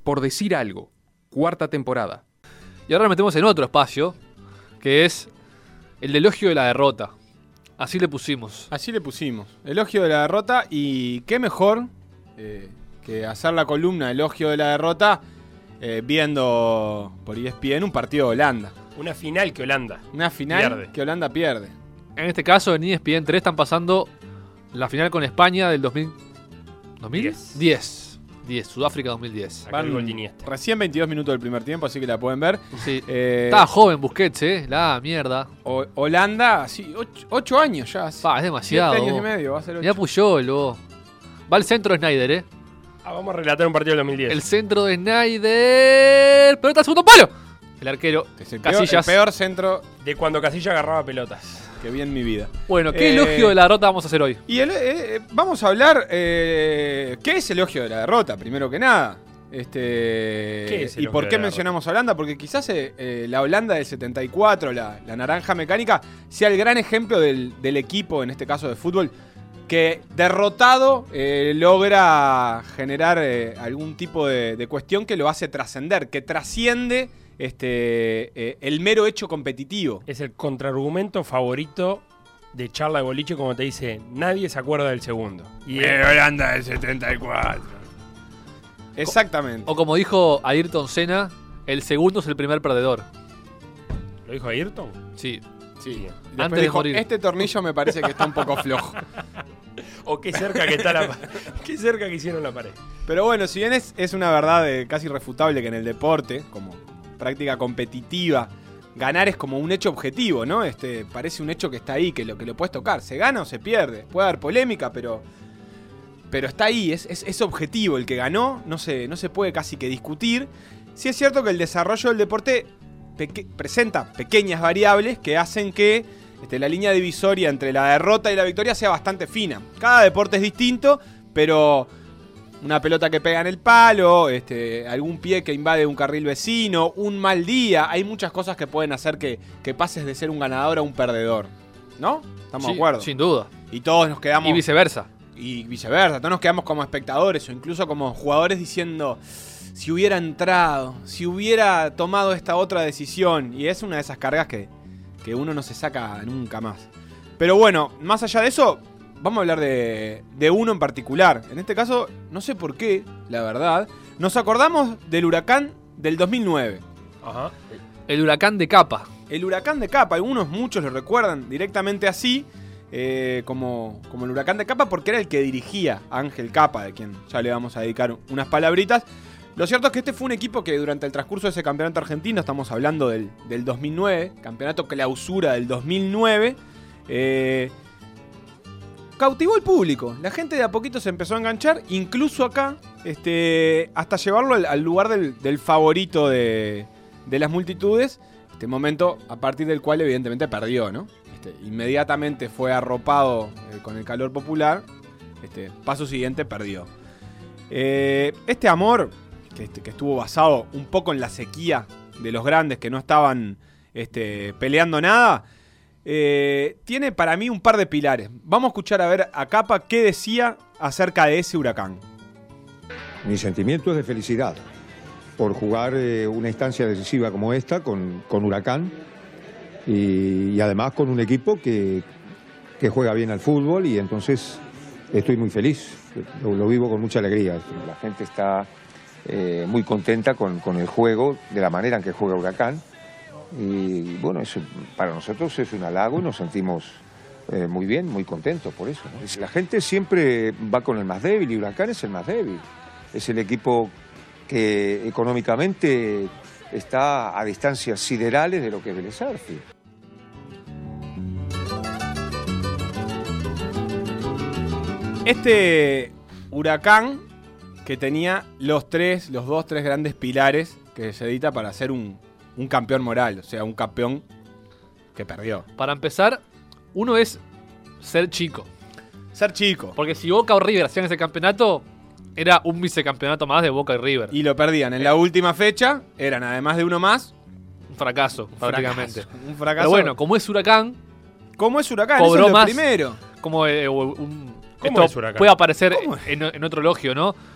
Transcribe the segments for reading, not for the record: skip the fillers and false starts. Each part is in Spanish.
Por decir algo, 4ª temporada. Y ahora nos metemos en otro espacio, que es el elogio de la derrota. Así le pusimos. Así le pusimos. Elogio de la derrota, y qué mejor que hacer la columna elogio de la derrota viendo por ESPN un partido de Holanda. Una final que Holanda Una final pierde. que Holanda pierde. En este caso, en ESPN 3 están pasando la final con España del 2010. Sudáfrica 2010. Acá el gol de Iniesta. Recién 22 minutos del primer tiempo, así que la pueden ver. Sí. Estaba joven Busquets, la mierda. Holanda, sí, 8 años ya. Es demasiado. 7 años y medio, va a ser 8. Mirá Puyol, vos. Va al centro de Snyder, Vamos a relatar un partido del 2010. El centro de Snyder. Pelota al segundo palo. El arquero Es el Casillas. peor centro De cuando Casillas agarraba pelotas. que vi en mi vida. Bueno, ¿qué elogio de la derrota vamos a hacer hoy? Y vamos a hablar, ¿qué es elogio de la derrota? Primero que nada. ¿Qué es ¿Y elogio por de qué la mencionamos a Holanda? Porque quizás la Holanda del 74, la naranja mecánica, sea el gran ejemplo del equipo, en este caso de fútbol, que derrotado logra generar algún tipo de cuestión que lo hace trascender, que trasciende el mero hecho competitivo. Es el contraargumento favorito de charla de boliche, como te dice, nadie se acuerda del segundo. Y Holanda del 74. Exactamente. O como dijo Ayrton Senna, el segundo es el primer perdedor. ¿Lo dijo Ayrton? Sí. Sí. Antes Después de dijo, morir. este tornillo me parece que está un poco flojo. O qué cerca que está qué cerca que hicieron la pared. Pero bueno, si bien es una verdad casi irrefutable que en el deporte, como práctica competitiva, ganar es como un hecho objetivo, ¿no? Parece un hecho que está ahí, que lo puedes tocar. Se gana o se pierde. Puede haber polémica, pero está ahí, es objetivo. El que ganó no se puede casi que discutir. Sí es cierto que el desarrollo del deporte presenta pequeñas variables que hacen que la línea divisoria entre la derrota y la victoria sea bastante fina. Cada deporte es distinto, pero una pelota que pega en el palo, algún pie que invade un carril vecino, un mal día, hay muchas cosas que pueden hacer que pases de ser un ganador a un perdedor, ¿no? ¿Estamos de acuerdo? Sin duda. Y todos nos quedamos... Y viceversa. Y viceversa, todos nos quedamos como espectadores o incluso como jugadores diciendo, si hubiera entrado, si hubiera tomado esta otra decisión. Y es una de esas cargas que uno no se saca nunca más. Pero bueno, más allá de eso, vamos a hablar de uno en particular. En este caso, no sé por qué, la verdad, nos acordamos del huracán del 2009. Ajá. El huracán de Capa. El huracán de Capa, muchos lo recuerdan directamente así, como el huracán de Capa, porque era el que dirigía a Ángel Capa, de quien ya le vamos a dedicar unas palabritas. Lo cierto es que este fue un equipo que durante el transcurso de ese campeonato argentino, estamos hablando del 2009, campeonato clausura del 2009, cautivó al público. La gente de a poquito se empezó a enganchar, incluso acá, hasta llevarlo al lugar del favorito de las multitudes. Momento a partir del cual evidentemente perdió, ¿no? Inmediatamente fue arropado con el calor popular. Paso siguiente, perdió. Este amor, que estuvo basado un poco en la sequía de los grandes que no estaban peleando nada, tiene para mí un par de pilares. Vamos a escuchar a ver a Capa qué decía acerca de ese huracán. Mi sentimiento es de felicidad por jugar una instancia decisiva como esta con Huracán y además con un equipo que juega bien al fútbol, y entonces estoy muy feliz, lo vivo con mucha alegría. La gente está muy contenta con el juego, de la manera en que juega Huracán, y bueno, eso para nosotros es un halago y nos sentimos muy bien, muy contentos por eso, ¿no? La gente siempre va con el más débil y Huracán es el más débil, es el equipo que económicamente está a distancias siderales de lo que es Vélez Sarsfield. Este huracán que tenía los dos, tres grandes pilares que se edita para ser un campeón moral, o sea, un campeón que perdió. Para empezar, uno es ser chico. Ser chico. Porque si Boca o River hacían ese campeonato, era un vicecampeonato más de Boca y River. Y lo perdían en la última fecha, eran además de uno más, Un fracaso, prácticamente. Un fracaso. Pero bueno, como es Huracán, ¿cómo es Huracán? cobró Eso es lo más. primero. como ¿Cómo esto es Huracán? puede aparecer ¿Cómo es? en otro elogio, ¿no?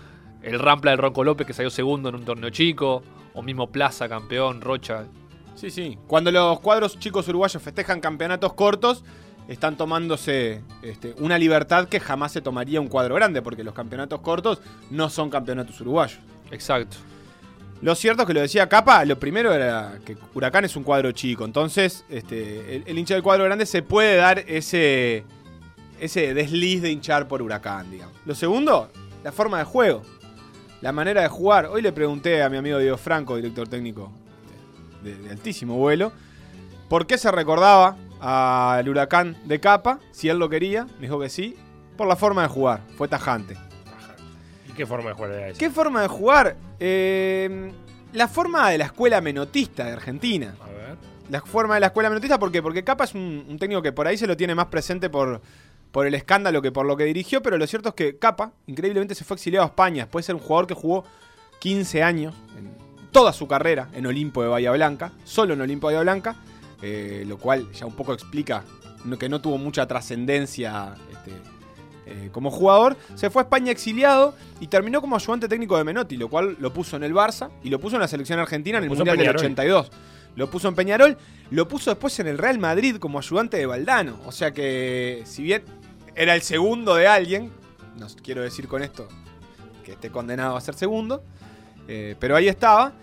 el Rampla del Ronco López que salió segundo en un torneo chico, o mismo Plaza, campeón, Rocha. Sí, sí. Cuando los cuadros chicos uruguayos festejan campeonatos cortos, están tomándose una libertad que jamás se tomaría un cuadro grande, porque los campeonatos cortos no son campeonatos uruguayos. Exacto. Lo cierto es que lo decía Capa, lo primero era que Huracán es un cuadro chico, entonces el hincha del cuadro grande se puede dar ese desliz de hinchar por Huracán, digamos. Lo segundo, la forma de juego, la manera de jugar. Hoy le pregunté a mi amigo Diego Franco, director técnico de altísimo vuelo, por qué se recordaba al Huracán de Capa, si él lo quería, me dijo que sí, por la forma de jugar, fue tajante. ¿Y qué forma de jugar era esa? ¿Qué forma de jugar? La forma de la escuela menotista de Argentina. A ver. La forma de la escuela menotista, ¿por qué? Porque Capa es un técnico que por ahí se lo tiene más presente por el escándalo que por lo que dirigió, pero lo cierto es que Capa, increíblemente, se fue exiliado a España. Puede ser un jugador que jugó 15 años, en toda su carrera, en Olimpo de Bahía Blanca, solo en Olimpo de Bahía Blanca, lo cual ya un poco explica que no tuvo mucha trascendencia como jugador. Se fue a España exiliado y terminó como ayudante técnico de Menotti, lo cual lo puso en el Barça y lo puso en la selección argentina en el Mundial del 82. Lo puso en Peñarol, lo puso después en el Real Madrid como ayudante de Valdano. O sea que, si bien era el segundo de alguien, no quiero decir con esto que esté condenado a ser segundo, pero ahí estaba.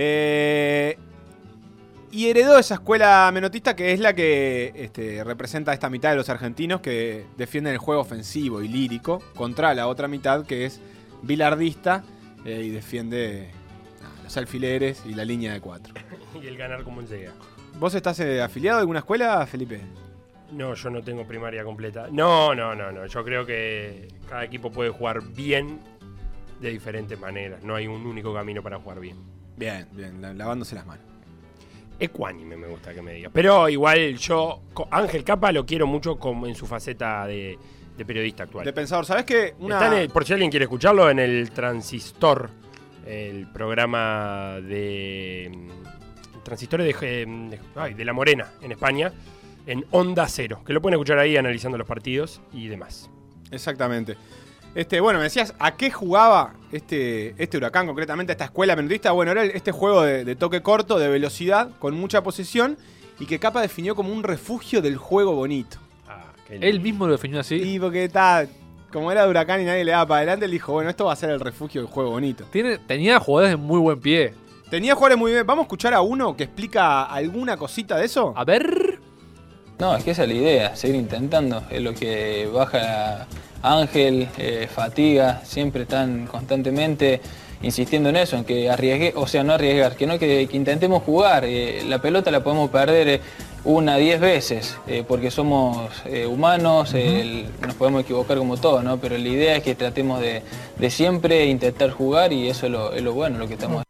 Y heredó esa escuela menotista que es la que representa a esta mitad de los argentinos que defienden el juego ofensivo y lírico contra la otra mitad que es bilardista y defiende los alfileres y la línea de 4. Y el ganar como llega. ¿Vos estás afiliado a alguna escuela, Felipe? No, yo no tengo primaria completa. No. Yo creo que cada equipo puede jugar bien de diferentes maneras. No hay un único camino para jugar bien. Bien, lavándose las manos. Ecuánime me gusta que me diga. Pero igual yo, Ángel Capa lo quiero mucho como en su faceta de periodista actual. De pensador, ¿sabés qué? Por si alguien quiere escucharlo, en el Transistor, el programa de Transistores de La Morena, en España, en Onda Cero, que lo pueden escuchar ahí analizando los partidos y demás. Exactamente. Bueno, me decías, ¿a qué jugaba este Huracán, concretamente esta escuela menotista? Bueno, era este juego de toque corto, de velocidad, con mucha posesión, y que Capa definió como un refugio del juego bonito. Él mismo lo definió así. Y porque como era de Huracán y nadie le daba para adelante, él dijo, bueno, esto va a ser el refugio del juego bonito. Tenía jugadores de muy buen pie. Tenía jugadores muy bien. ¿Vamos a escuchar a uno que explica alguna cosita de eso? A ver. No, es que esa es la idea, seguir intentando. Es lo que baja Ángel, Fatiga, siempre están constantemente insistiendo en eso, en que no arriesgar, que intentemos jugar. La pelota la podemos perder 10 veces, porque somos humanos, nos podemos equivocar como todos, ¿no? Pero la idea es que tratemos de siempre intentar jugar y eso es lo bueno, lo que estamos haciendo.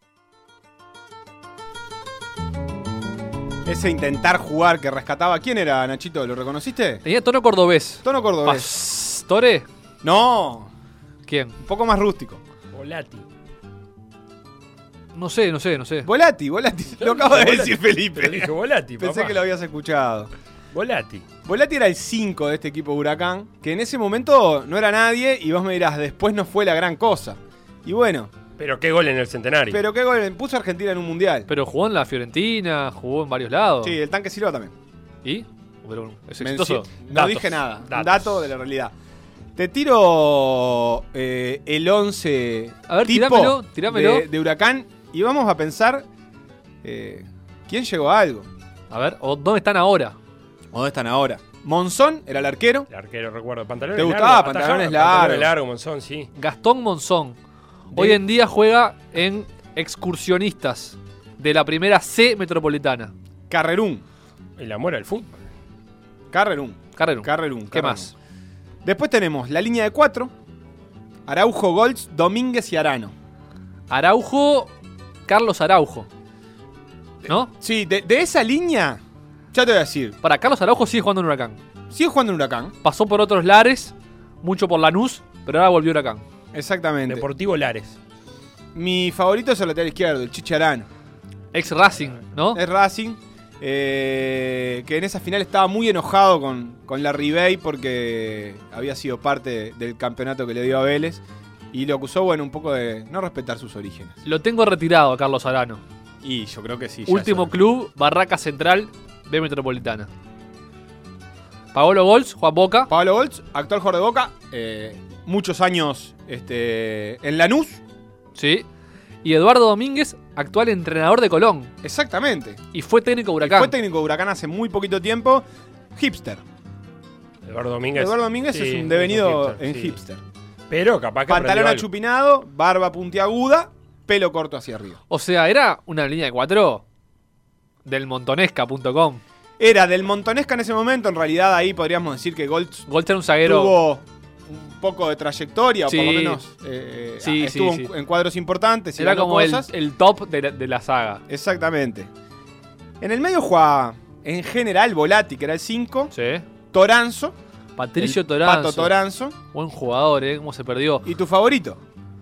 Ese intentar jugar que rescataba. ¿Quién era, Nachito? ¿Lo reconociste? Tenía tono cordobés. Tono cordobés. ¿Pastore? No. ¿Quién? Un poco más rústico. Volati. No sé. Volati. Lo acabo de decir Felipe. Pero dije Volati, Pensé papá. que lo habías escuchado. Volati era el 5 de este equipo Huracán, que en ese momento no era nadie, y vos me dirás, después no fue la gran cosa. Y bueno. Pero qué gol en el centenario. Pero qué gol, puso a Argentina en un mundial. Pero jugó en la Fiorentina, jugó en varios lados. Sí, el Tanque Silva también. ¿Y? Pero es exitoso. No dije nada, un dato de la realidad. Te tiro el 11 a ver, tipo tirámelo. De Huracán y vamos a pensar quién llegó a algo. A ver, ¿dónde están ahora? ¿Dónde están ahora? Monzón era el arquero. El arquero, recuerdo. Pantalones ¿Te gustaba? Pantalones largos. Pantalones largos, Monzón, sí. Gastón Monzón. Hoy en día juega en Excursionistas de la primera C metropolitana. Carrerún. El amor al fútbol. Carrerún. ¿Qué más? Después tenemos la línea de 4. Araujo, Golds, Domínguez y Arano. Carlos Araujo. ¿No? Sí, de esa línea, ya te voy a decir. Para Carlos Araujo sigue jugando en Huracán. Sigue jugando en Huracán. Pasó por otros lares, mucho por Lanús, pero ahora volvió a Huracán. Exactamente. Deportivo Lares. Mi favorito es el lateral izquierdo, el Chichi Arano. Ex Racing, ¿no? Es Racing. Que en esa final estaba muy enojado con la Ribey porque había sido parte del campeonato que le dio a Vélez Y lo acusó, bueno, un poco de no respetar sus orígenes. Lo tengo retirado a Carlos Arano. Y yo creo que sí. ya Último eso- club, Barraca Central de Metropolitana. Paolo Gols, Juan Boca. Pablo Goltz, actual jugador de Boca, muchos años en Lanús. Sí. Y Eduardo Domínguez, actual entrenador de Colón. Exactamente. Y fue técnico de Y Huracán. fue técnico de Huracán hace muy poquito tiempo. Hipster. Eduardo Domínguez. Eduardo Domínguez Sí, es un devenido hipster, en sí. hipster. Pero capaz que Pantalón aprendió algo. achupinado, barba puntiaguda, pelo corto hacia arriba. O sea, era una línea de 4 del montonesca.com. Era del Montonesca en ese momento, en realidad ahí podríamos decir que Goltz Goltz era un zaguero. tuvo un poco de trayectoria, Sí. o por lo menos Sí, estuvo sí, sí. en cuadros importantes. y Era ganó como cosas. el top de la saga. Exactamente. En el medio jugaba, en general, Volati, que era el 5, Sí. Toranzo, Patricio el Toranzo. Pato Toranzo, Buen jugador, ¿Cómo se perdió? y tu favorito.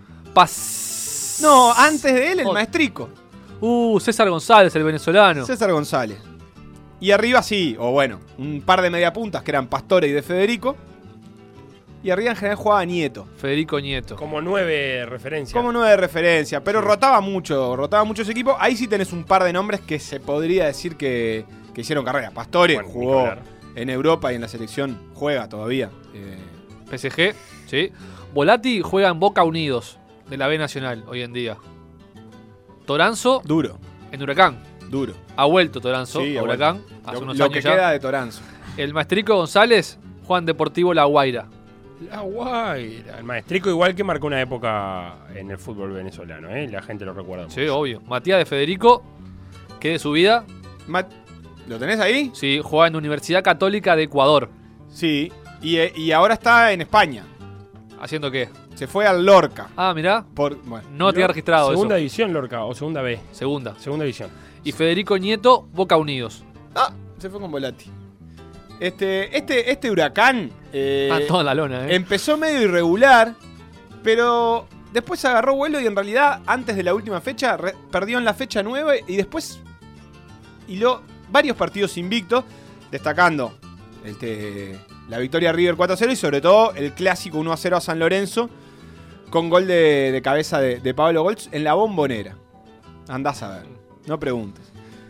Pas... No, antes de él, el Ot- maestrico, César González, el venezolano. César González. Y arriba sí, o bueno, un par de mediapuntas que eran Pastore y de Federico. Y arriba en general jugaba Nieto. Federico Nieto. Como 9 referencias. Como 9 de referencia, pero rotaba mucho ese equipo. Ahí sí tenés un par de nombres que se podría decir que hicieron carrera. Pastore Bueno, jugó Nicolar. en Europa y en la selección juega todavía. PSG, sí. Volati juega en Boca Unidos, de la B Nacional, hoy en día. Toranzo, Duro, en Huracán. duro. Ha vuelto Toranzo Sí, a ha Huracán, hace Lo, unos lo años que ya. queda de Toranzo. El maestrico González juega en Deportivo La Guaira. La Guaira. El maestrico igual que marcó una época en el fútbol venezolano, ¿eh? La gente lo recuerda mucho. Sí, obvio. Matías de Federico, que de su vida, ¿Lo tenés ahí? sí, juega en Universidad Católica de Ecuador. Sí. Y ahora está en España. ¿Haciendo qué? Se fue al Lorca. Ah, mirá, Bueno, no tenía registrado Segunda eso. división, Lorca, o segunda B. Segunda. Segunda división. Y Federico Nieto, Boca Unidos. se fue con Volati. Este Huracán Toda la lona, empezó medio irregular, pero después agarró vuelo y en realidad antes de la última fecha perdió en la fecha 9 y después hiló varios partidos invictos, destacando la victoria River 4-0 y sobre todo el clásico 1-0 a San Lorenzo con gol de cabeza de Pablo Goltz en la Bombonera. Andás a ver, no preguntes.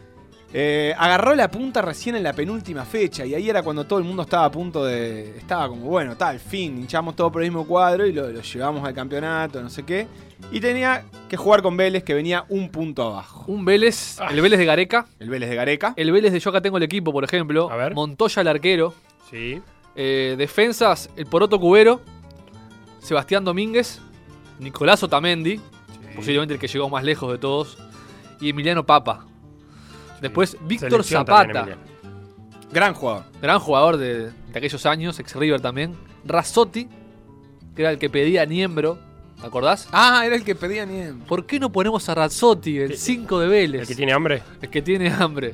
Agarró la punta recién en la penúltima fecha y ahí era cuando todo el mundo estaba a punto de... Estaba como, bueno, al fin, hinchamos todo por el mismo cuadro y lo llevamos al campeonato, no sé qué. Y tenía que jugar con Vélez, que venía un punto abajo. Un Vélez, el Vélez de Gareca. El Vélez de Gareca. El Vélez de Yo Acá Tengo el Equipo, por ejemplo. A ver. Montoya, el arquero. Sí. Defensas, el Poroto Cubero. Sebastián Domínguez. Nicolás Otamendi. Posiblemente el que llegó más lejos de todos. Y Emiliano Papa. Después, Víctor Selección también, Zapata. Emiliano. Gran jugador. Gran jugador de aquellos años, ex River también. Razzotti, que era el que pedía Niembro. ¿Te acordás? Ah, era el que pedía Niembro. ¿Por qué no ponemos a Razzotti, el 5 de Vélez? El que tiene hambre. El que tiene hambre.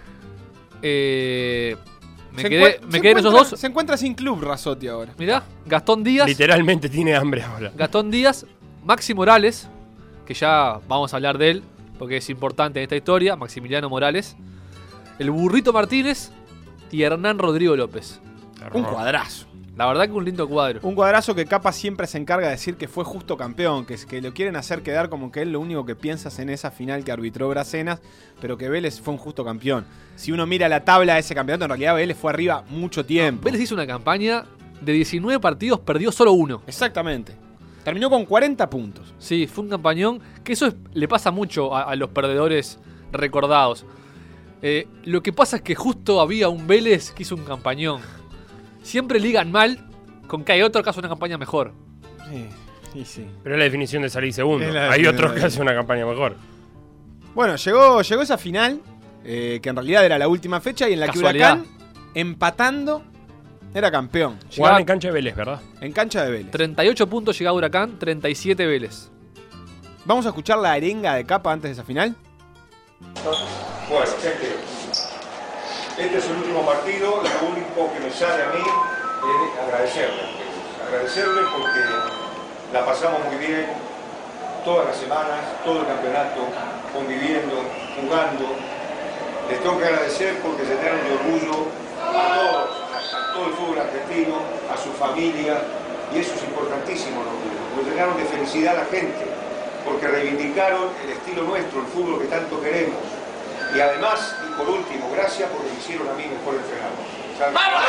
Me Se quedé en esos dos. Se encuentra sin club Razzotti ahora. Mirá, Gastón Díaz. Literalmente tiene hambre ahora. Gastón Díaz, Maxi Morales, que ya vamos a hablar de él, porque es importante en esta historia, Maximiliano Morales, el Burrito Martínez y Hernán Rodrigo López. Un cuadrazo. La verdad que un lindo cuadro. Un cuadrazo que Capa siempre se encarga de decir que fue justo campeón, que lo quieren hacer quedar como que él lo único que piensa es en esa final que arbitró Bracenas, pero que Vélez fue un justo campeón. Si uno mira la tabla de ese campeonato, en realidad Vélez fue arriba mucho tiempo. Vélez hizo una campaña de 19 partidos, perdió solo uno. Exactamente. Terminó con 40 puntos. Sí, fue un campañón, que eso le pasa mucho a los perdedores recordados. Lo que pasa es que justo había un Vélez que hizo un campañón. Siempre ligan mal con que hay otro que hace una campaña mejor. Sí. Pero es la definición de salir segundo. Es la Hay definición otros de- que hacen una campaña mejor. Bueno, llegó esa final, que en realidad era la última fecha y en la que Casualidad. Huracán, empatando, era campeón. Jugaban en cancha de Vélez, ¿verdad? En cancha de Vélez. 38 puntos llegaba Huracán, 37 Vélez. Vamos a escuchar la arenga de Capa antes de esa final. Bueno, gente, este es el último partido y lo único que me sale a mí es agradecerle. Agradecerle porque la pasamos muy bien todas las semanas, todo el campeonato, conviviendo, jugando. Les tengo que agradecer porque se llenan de orgullo a todos, a todo el fútbol argentino, a su familia, Y eso es importantísimo, ¿no? Porque llenaron de felicidad a la gente, porque reivindicaron el estilo nuestro, el fútbol que tanto queremos. Y además, y por último, gracias porque me hicieron a mí mejor entrenador.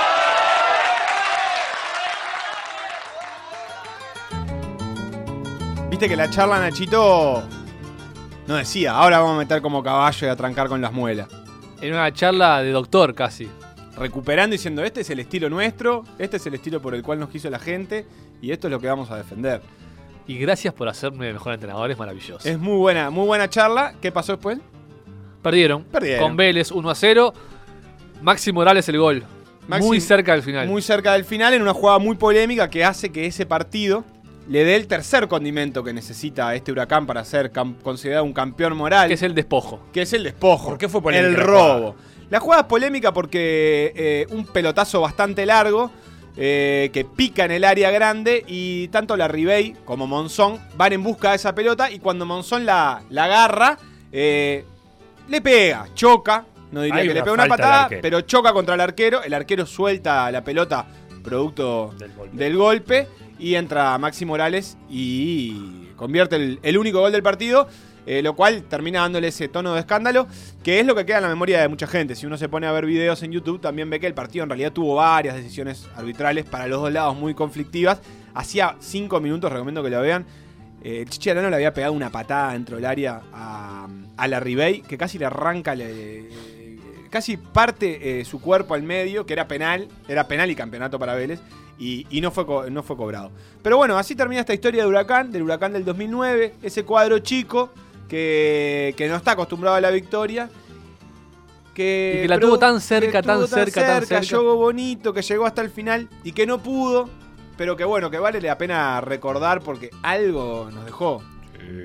Viste que la charla, Nachito, no decía, ahora vamos a meter como caballo y a trancar con las muelas. En una charla de doctor casi. Recuperando y diciendo, este es el estilo nuestro, este es el estilo por el cual nos quiso la gente y esto es lo que vamos a defender. Y gracias por hacerme mejor entrenador, es maravilloso. Es muy buena charla. ¿Qué pasó después? Perdieron. Con Vélez 1-0. Maxi Morales el gol. Muy cerca del final. Muy cerca del final, en una jugada muy polémica que hace que ese partido le dé el tercer condimento que necesita este Huracán para ser considerado un campeón moral. Que es el despojo. ¿Por qué fue polémica el robo. La jugada es polémica porque un pelotazo bastante largo que pica en el área grande y tanto la Ribey como Monzón van en busca de esa pelota y cuando Monzón la agarra, le pega, choca. No diría que le pega una patada, pero choca contra el arquero suelta la pelota producto del golpe y entra Maxi Morales y convierte el único gol del partido, lo cual termina dándole ese tono de escándalo, que es lo que queda en la memoria de mucha gente. Si uno se pone a ver videos en YouTube, también ve que el partido en realidad tuvo varias decisiones arbitrales para los dos lados muy conflictivas. Hacía 5 minutos, recomiendo que lo vean, Chichi Arano le había pegado una patada dentro del área a la Ribey, que casi le arranca, casi parte su cuerpo al medio, que era penal y campeonato para Vélez, y no fue cobrado. Pero bueno, así termina esta historia de Huracán, del Huracán del 2009, ese cuadro chico que no está acostumbrado a la victoria. Y que la tuvo tan cerca. Jugó bonito, que llegó hasta el final y que no pudo, pero que bueno, que vale la pena recordar porque algo nos dejó